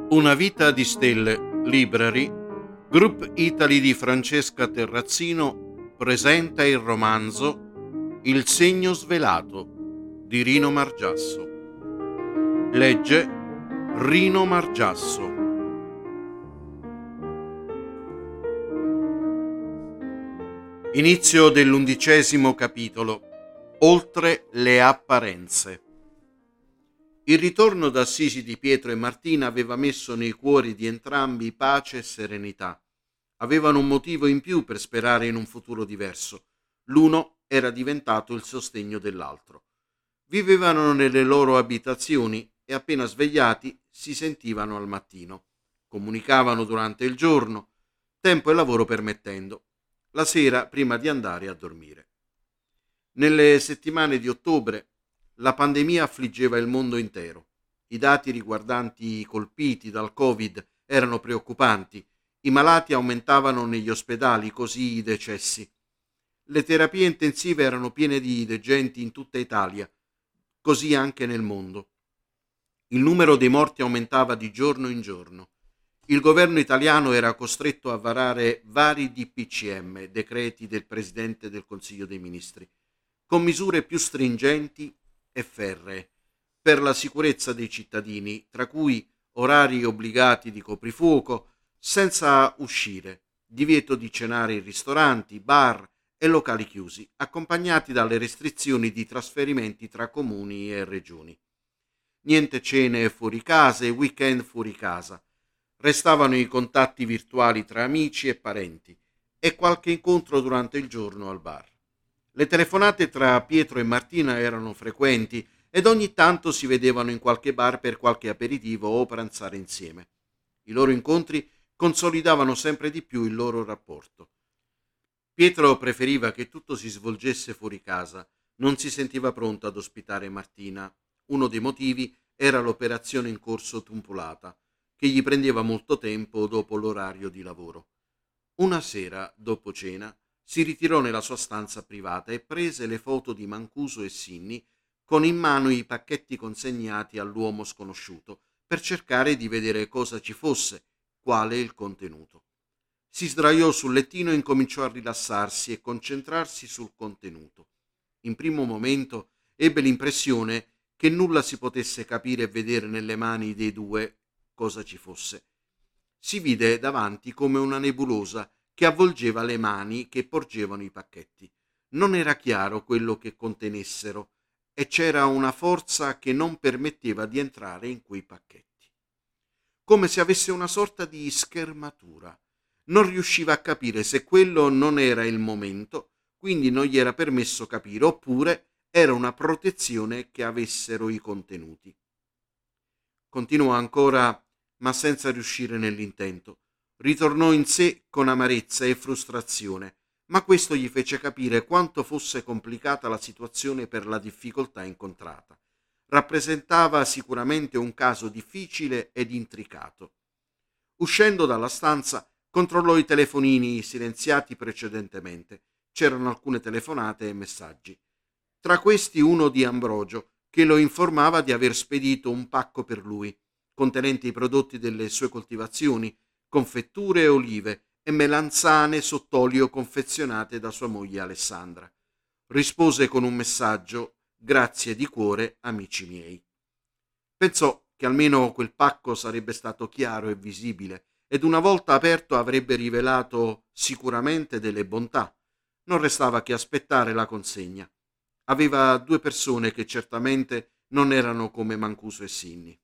Una vita di stelle, Library, Group Italy di Francesca Terrazzino presenta il romanzo Il segno svelato di Rino Margiasso. Legge Rino Margiasso. Inizio dell'11° capitolo. Oltre le apparenze. Il ritorno da Assisi di Pietro e Martina aveva messo nei cuori di entrambi pace e serenità. Avevano un motivo in più per sperare in un futuro diverso. L'uno era diventato il sostegno dell'altro. Vivevano nelle loro abitazioni e appena svegliati si sentivano al mattino. Comunicavano durante il giorno, tempo e lavoro permettendo. La sera prima di andare a dormire. Nelle settimane di ottobre la pandemia affliggeva il mondo intero. I dati riguardanti i colpiti dal Covid erano preoccupanti. I malati aumentavano negli ospedali, così i decessi. Le terapie intensive erano piene di degenti in tutta Italia, così anche nel mondo. Il numero dei morti aumentava di giorno in giorno. Il governo italiano era costretto a varare vari DPCM, decreti del Presidente del Consiglio dei Ministri, con misure più stringenti e ferree per la sicurezza dei cittadini, tra cui orari obbligati di coprifuoco, senza uscire, divieto di cenare in ristoranti, bar e locali chiusi, accompagnati dalle restrizioni di trasferimenti tra comuni e regioni. Niente cene fuori casa e weekend fuori casa. Restavano i contatti virtuali tra amici e parenti e qualche incontro durante il giorno al bar. Le telefonate tra Pietro e Martina erano frequenti ed ogni tanto si vedevano in qualche bar per qualche aperitivo o pranzare insieme. I loro incontri consolidavano sempre di più il loro rapporto. Pietro preferiva che tutto si svolgesse fuori casa, non si sentiva pronto ad ospitare Martina. Uno dei motivi era l'operazione in corso Tumpulata, che gli prendeva molto tempo dopo l'orario di lavoro. Una sera, dopo cena, si ritirò nella sua stanza privata e prese le foto di Mancuso e Sinni con in mano i pacchetti consegnati all'uomo sconosciuto per cercare di vedere cosa ci fosse, quale il contenuto. Si sdraiò sul lettino e incominciò a rilassarsi e concentrarsi sul contenuto. In primo momento ebbe l'impressione che nulla si potesse capire e vedere nelle mani dei due cosa ci fosse. Si vide davanti come una nebulosa che avvolgeva le mani che porgevano i pacchetti. Non era chiaro quello che contenessero e c'era una forza che non permetteva di entrare in quei pacchetti. Come se avesse una sorta di schermatura. Non riusciva a capire se quello non era il momento, quindi non gli era permesso capire, oppure era una protezione che avessero i contenuti. Continuò ancora, ma senza riuscire nell'intento. Ritornò in sé con amarezza e frustrazione, ma questo gli fece capire quanto fosse complicata la situazione per la difficoltà incontrata. Rappresentava sicuramente un caso difficile ed intricato. Uscendo dalla stanza, controllò i telefonini silenziati precedentemente. C'erano alcune telefonate e messaggi. Tra questi uno di Ambrogio, che lo informava di aver spedito un pacco per lui, contenente i prodotti delle sue coltivazioni, confetture e olive e melanzane sott'olio confezionate da sua moglie Alessandra. Rispose con un messaggio: grazie di cuore, amici miei. Pensò che almeno quel pacco sarebbe stato chiaro e visibile ed una volta aperto avrebbe rivelato sicuramente delle bontà. Non restava che aspettare la consegna. Aveva due persone che certamente non erano come Mancuso e Sinni.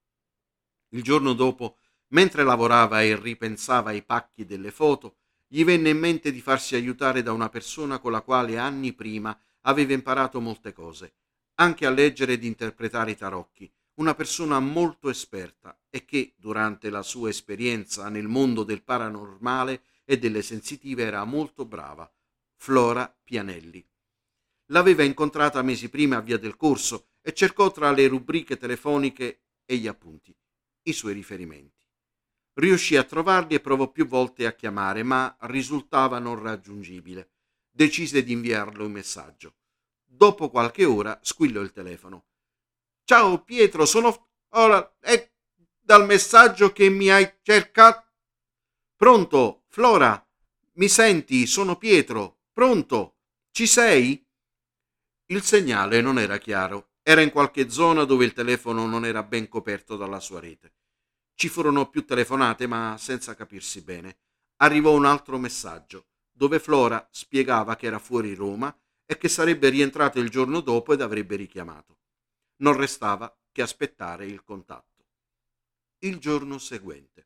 Il giorno dopo, mentre lavorava e ripensava ai pacchi delle foto, gli venne in mente di farsi aiutare da una persona con la quale anni prima aveva imparato molte cose, anche a leggere ed interpretare i tarocchi, una persona molto esperta e che, durante la sua esperienza nel mondo del paranormale e delle sensitive, era molto brava, Flora Pianelli. L'aveva incontrata mesi prima a Via del Corso e cercò tra le rubriche telefoniche e gli appunti i suoi riferimenti. Riuscì a trovarli e provò più volte a chiamare, ma risultava non raggiungibile. Decise di inviarle un messaggio. Dopo qualche ora squillò il telefono. «Ciao Pietro, sono... Ora... dal messaggio che mi hai cercato. Pronto, Flora? Mi senti? Sono Pietro. Pronto? Ci sei? Il segnale non era chiaro. Era in qualche zona dove il telefono non era ben coperto dalla sua rete. Ci furono più telefonate, ma senza capirsi bene. Arrivò un altro messaggio, dove Flora spiegava che era fuori Roma e che sarebbe rientrata il giorno dopo ed avrebbe richiamato. Non restava che aspettare il contatto. Il giorno seguente.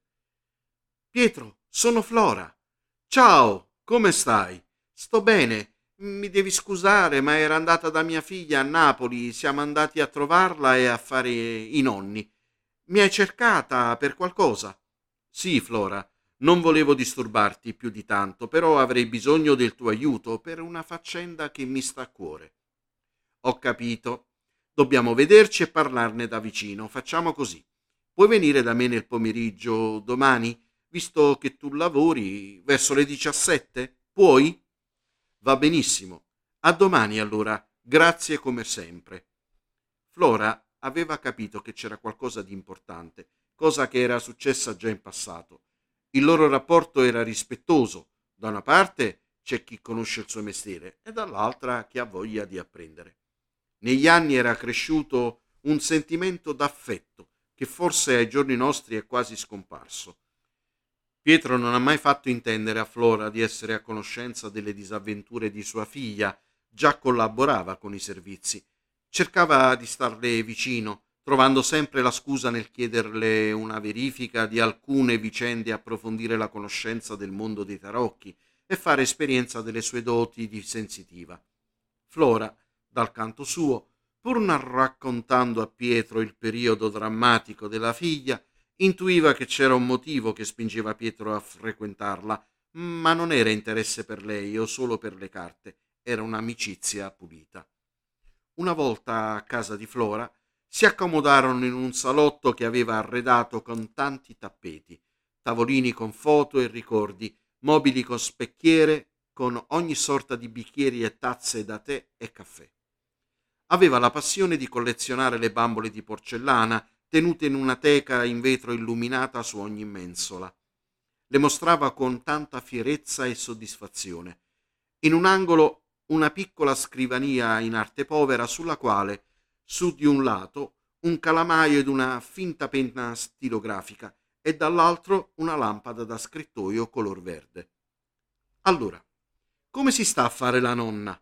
Pietro, sono Flora. Ciao, come stai? Sto bene. Mi devi scusare, ma era andata da mia figlia a Napoli. Siamo andati a trovarla e a fare i nonni. Mi hai cercata per qualcosa? Sì, Flora. Non volevo disturbarti più di tanto, però avrei bisogno del tuo aiuto per una faccenda che mi sta a cuore. Ho capito. Dobbiamo vederci e parlarne da vicino. Facciamo così. Puoi venire da me nel pomeriggio domani, visto che tu lavori, verso le 17? Puoi? Va benissimo. A domani allora. Grazie come sempre. Flora aveva capito che c'era qualcosa di importante, cosa che era successa già in passato. Il loro rapporto era rispettoso. Da una parte c'è chi conosce il suo mestiere e dall'altra chi ha voglia di apprendere. Negli anni era cresciuto un sentimento d'affetto che forse ai giorni nostri è quasi scomparso. Pietro non ha mai fatto intendere a Flora di essere a conoscenza delle disavventure di sua figlia, già collaborava con i servizi. Cercava di starle vicino, trovando sempre la scusa nel chiederle una verifica di alcune vicende e approfondire la conoscenza del mondo dei tarocchi e fare esperienza delle sue doti di sensitiva. Flora, dal canto suo, pur non raccontando a Pietro il periodo drammatico della figlia, intuiva che c'era un motivo che spingeva Pietro a frequentarla, ma non era interesse per lei o solo per le carte, era un'amicizia pulita. Una volta a casa di Flora si accomodarono in un salotto che aveva arredato con tanti tappeti, tavolini con foto e ricordi, mobili con specchiere, con ogni sorta di bicchieri e tazze da tè e caffè. Aveva la passione di collezionare le bambole di porcellana tenute in una teca in vetro illuminata su ogni mensola. Le mostrava con tanta fierezza e soddisfazione. In un angolo una piccola scrivania in arte povera sulla quale, su di un lato, un calamaio ed una finta penna stilografica e dall'altro una lampada da scrittoio color verde. Allora, come si sta a fare la nonna?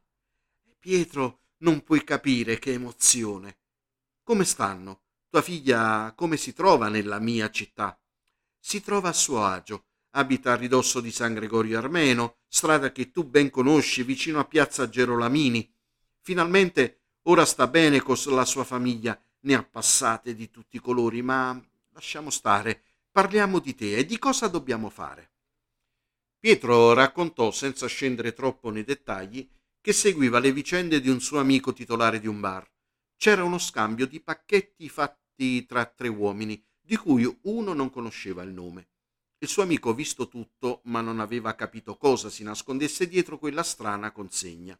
Pietro, non puoi capire che emozione. Come stanno? Tua figlia come si trova nella mia città? Si trova a suo agio. Abita a ridosso di San Gregorio Armeno, strada che tu ben conosci, vicino a piazza Gerolamini. Finalmente ora sta bene con la sua famiglia, ne ha passate di tutti i colori, ma lasciamo stare. Parliamo di te e di cosa dobbiamo fare. Pietro raccontò, senza scendere troppo nei dettagli, che seguiva le vicende di un suo amico titolare di un bar. C'era uno scambio di pacchetti fatti tra tre uomini, di cui uno non conosceva il nome. Il suo amico visto tutto, ma non aveva capito cosa si nascondesse dietro quella strana consegna.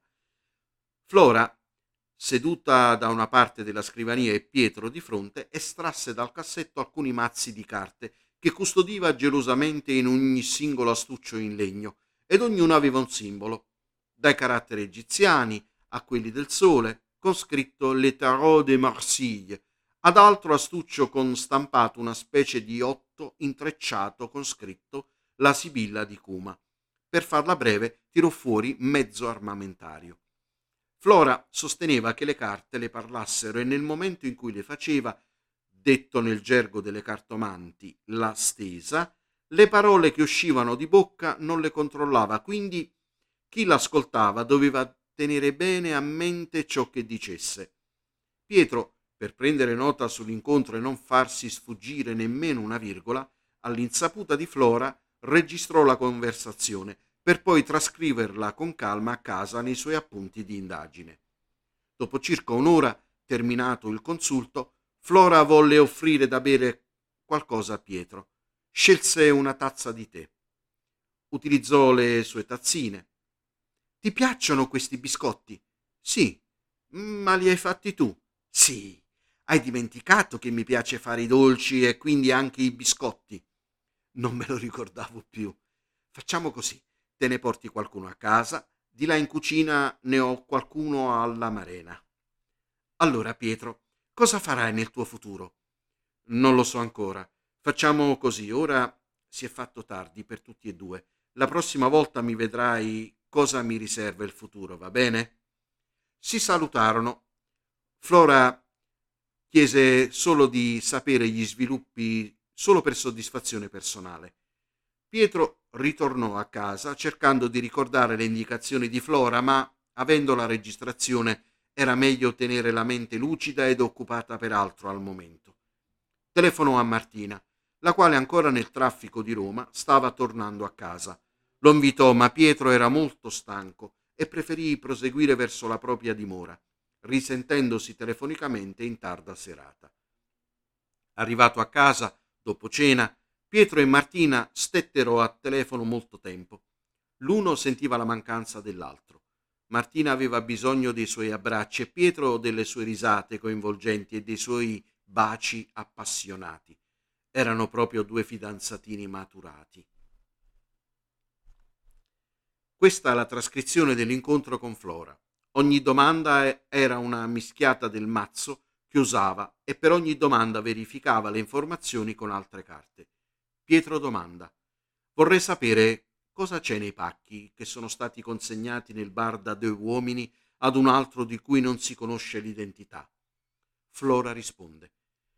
Flora, seduta da una parte della scrivania e Pietro di fronte, estrasse dal cassetto alcuni mazzi di carte che custodiva gelosamente in ogni singolo astuccio in legno, ed ognuno aveva un simbolo, dai caratteri egiziani a quelli del sole, con scritto Le Tarot de Marseille, ad altro astuccio con stampato una specie di 8 intrecciato con scritto La Sibilla di Cuma. Per farla breve, tirò fuori mezzo armamentario. Flora sosteneva che le carte le parlassero e nel momento in cui le faceva, detto nel gergo delle cartomanti, la stesa, le parole che uscivano di bocca non le controllava, quindi chi l'ascoltava doveva tenere bene a mente ciò che dicesse. Pietro, per prendere nota sull'incontro e non farsi sfuggire nemmeno una virgola, all'insaputa di Flora registrò la conversazione per poi trascriverla con calma a casa nei suoi appunti di indagine. Dopo circa un'ora, terminato il consulto, Flora volle offrire da bere qualcosa a Pietro. Scelse una tazza di tè. Utilizzò le sue tazzine. Ti piacciono questi biscotti? Sì. Ma li hai fatti tu? Sì. Hai dimenticato che mi piace fare i dolci e quindi anche i biscotti? Non me lo ricordavo più. Facciamo così. Te ne porti qualcuno a casa, di là in cucina ne ho qualcuno all'amarena. Allora, Pietro, cosa farai nel tuo futuro? Non lo so ancora. Facciamo così. Ora si è fatto tardi per tutti e due. La prossima volta mi vedrai cosa mi riserva il futuro, va bene? Si salutarono. Flora chiese solo di sapere gli sviluppi solo per soddisfazione personale. Pietro ritornò a casa cercando di ricordare le indicazioni di Flora, ma avendo la registrazione era meglio tenere la mente lucida ed occupata per altro al momento. Telefonò a Martina, la quale ancora nel traffico di Roma stava tornando a casa. Lo invitò, ma Pietro era molto stanco e preferì proseguire verso la propria dimora, risentendosi telefonicamente in tarda serata. Arrivato a casa, dopo cena, Pietro e Martina stettero a telefono molto tempo. L'uno sentiva la mancanza dell'altro. Martina aveva bisogno dei suoi abbracci e Pietro delle sue risate coinvolgenti e dei suoi baci appassionati. Erano proprio due fidanzatini maturati. Questa è la trascrizione dell'incontro con Flora. Ogni domanda era una mischiata del mazzo che usava e per ogni domanda verificava le informazioni con altre carte. Pietro domanda: vorrei sapere cosa c'è nei pacchi che sono stati consegnati nel bar da due uomini ad un altro di cui non si conosce l'identità. Flora risponde: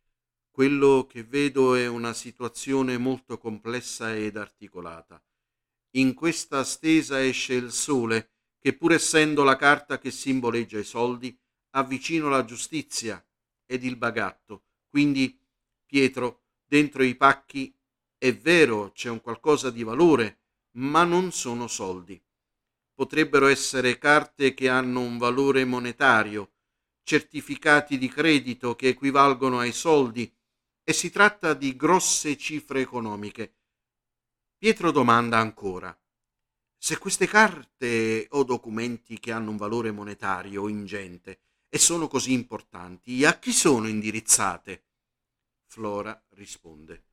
quello che vedo è una situazione molto complessa ed articolata. In questa stesa esce il sole, che pur essendo la carta che simboleggia i soldi, ha vicino la giustizia ed il bagatto. Quindi, Pietro, dentro i pacchi è vero, c'è un qualcosa di valore, ma non sono soldi. Potrebbero essere carte che hanno un valore monetario, certificati di credito che equivalgono ai soldi, e si tratta di grosse cifre economiche. Pietro domanda ancora: se queste carte o documenti che hanno un valore monetario ingente e sono così importanti, a chi sono indirizzate? Flora risponde: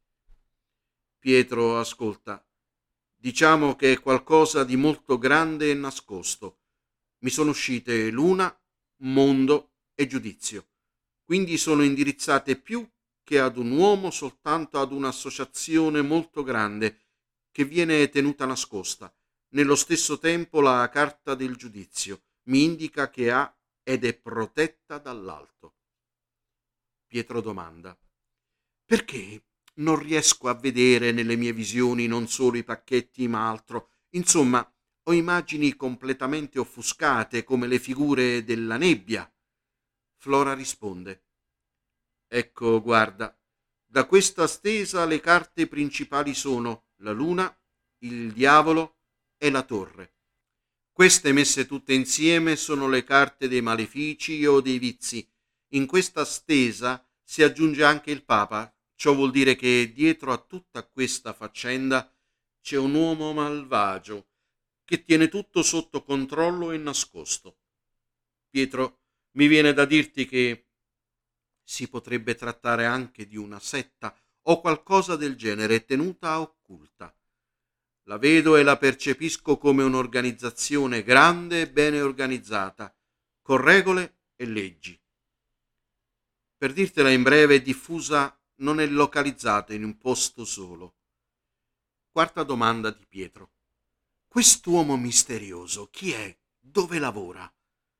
Pietro, ascolta, diciamo che è qualcosa di molto grande e nascosto. Mi sono uscite luna, mondo e giudizio, quindi sono indirizzate più che ad un uomo, soltanto ad un'associazione molto grande che viene tenuta nascosta. Nello stesso tempo la carta del giudizio mi indica che ha ed è protetta dall'alto. Pietro domanda: perché non riesco a vedere nelle mie visioni non solo i pacchetti ma altro? Insomma, ho immagini completamente offuscate come le figure della nebbia. Flora risponde: ecco, guarda, da questa stesa le carte principali sono la luna, il diavolo e la torre. Queste messe tutte insieme sono le carte dei malefici o dei vizi. In questa stesa si aggiunge anche il Papa. Ciò vuol dire che dietro a tutta questa faccenda c'è un uomo malvagio che tiene tutto sotto controllo e nascosto. Pietro, mi viene da dirti che si potrebbe trattare anche di una setta o qualcosa del genere tenuta occulta. La vedo e la percepisco come un'organizzazione grande e bene organizzata, con regole e leggi. Per dirtela in breve, è diffusa, non è localizzata in un posto solo. Quarta domanda di Pietro: quest'uomo misterioso chi è? Dove lavora?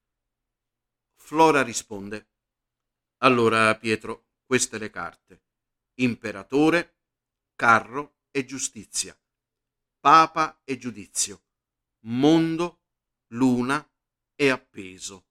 Flora risponde: allora, Pietro, queste le carte: imperatore, carro e giustizia, papa e giudizio, mondo, luna e appeso.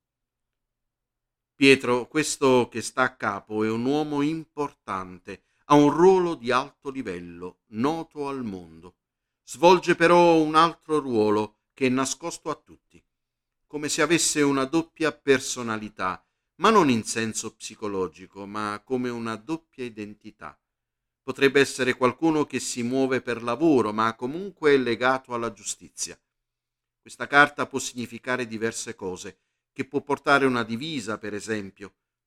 Pietro, questo che sta a capo è un uomo importante, ha un ruolo di alto livello, noto al mondo. Svolge però un altro ruolo che è nascosto a tutti, come se avesse una doppia personalità, ma non in senso psicologico, ma come una doppia identità. Potrebbe essere qualcuno che si muove per lavoro, ma comunque è legato alla giustizia. Questa carta può significare diverse cose, che può portare una divisa, per esempio.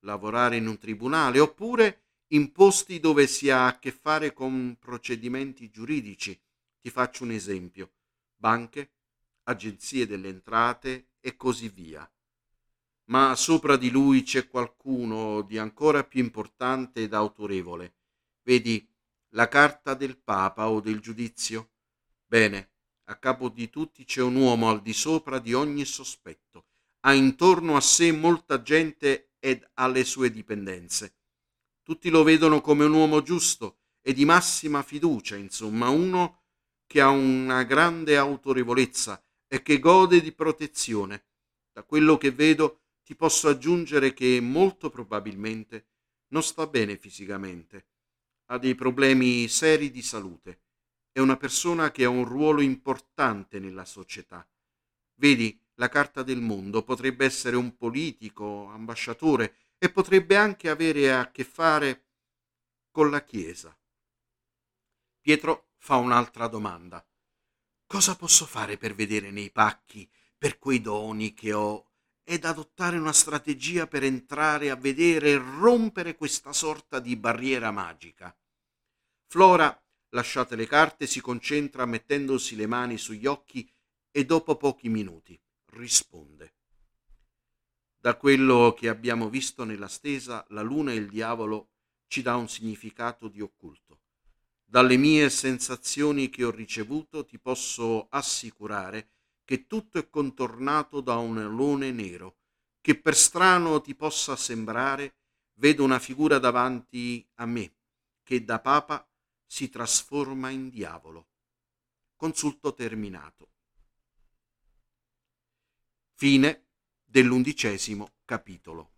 lavorare in un tribunale, oppure in posti dove si ha a che fare con procedimenti giuridici. Ti faccio un esempio: banche, agenzie delle entrate e così via. Ma sopra di lui c'è qualcuno di ancora più importante ed autorevole. Vedi la carta del Papa o del giudizio? Bene, a capo di tutti c'è un uomo al di sopra di ogni sospetto. Ha intorno a sé molta gente ed alle sue dipendenze. Tutti lo vedono come un uomo giusto e di massima fiducia, insomma, uno che ha una grande autorevolezza e che gode di protezione. Da quello che vedo ti posso aggiungere che molto probabilmente non sta bene fisicamente, ha dei problemi seri di salute, è una persona che ha un ruolo importante nella società. Vedi, la carta del mondo potrebbe essere un politico, ambasciatore e potrebbe anche avere a che fare con la Chiesa. Pietro fa un'altra domanda. Cosa posso fare per vedere nei pacchi, per quei doni che ho, ed adottare una strategia per entrare a vedere e rompere questa sorta di barriera magica? Flora, lasciate le carte, si concentra mettendosi le mani sugli occhi e dopo pochi minuti risponde. Da quello che abbiamo visto nella stesa, la luna e il diavolo ci dà un significato di occulto. Dalle mie sensazioni che ho ricevuto ti posso assicurare che tutto è contornato da un alone nero, che per strano ti possa sembrare, vedo una figura davanti a me, che da papa si trasforma in diavolo. Consulto terminato. Fine dell'11° capitolo.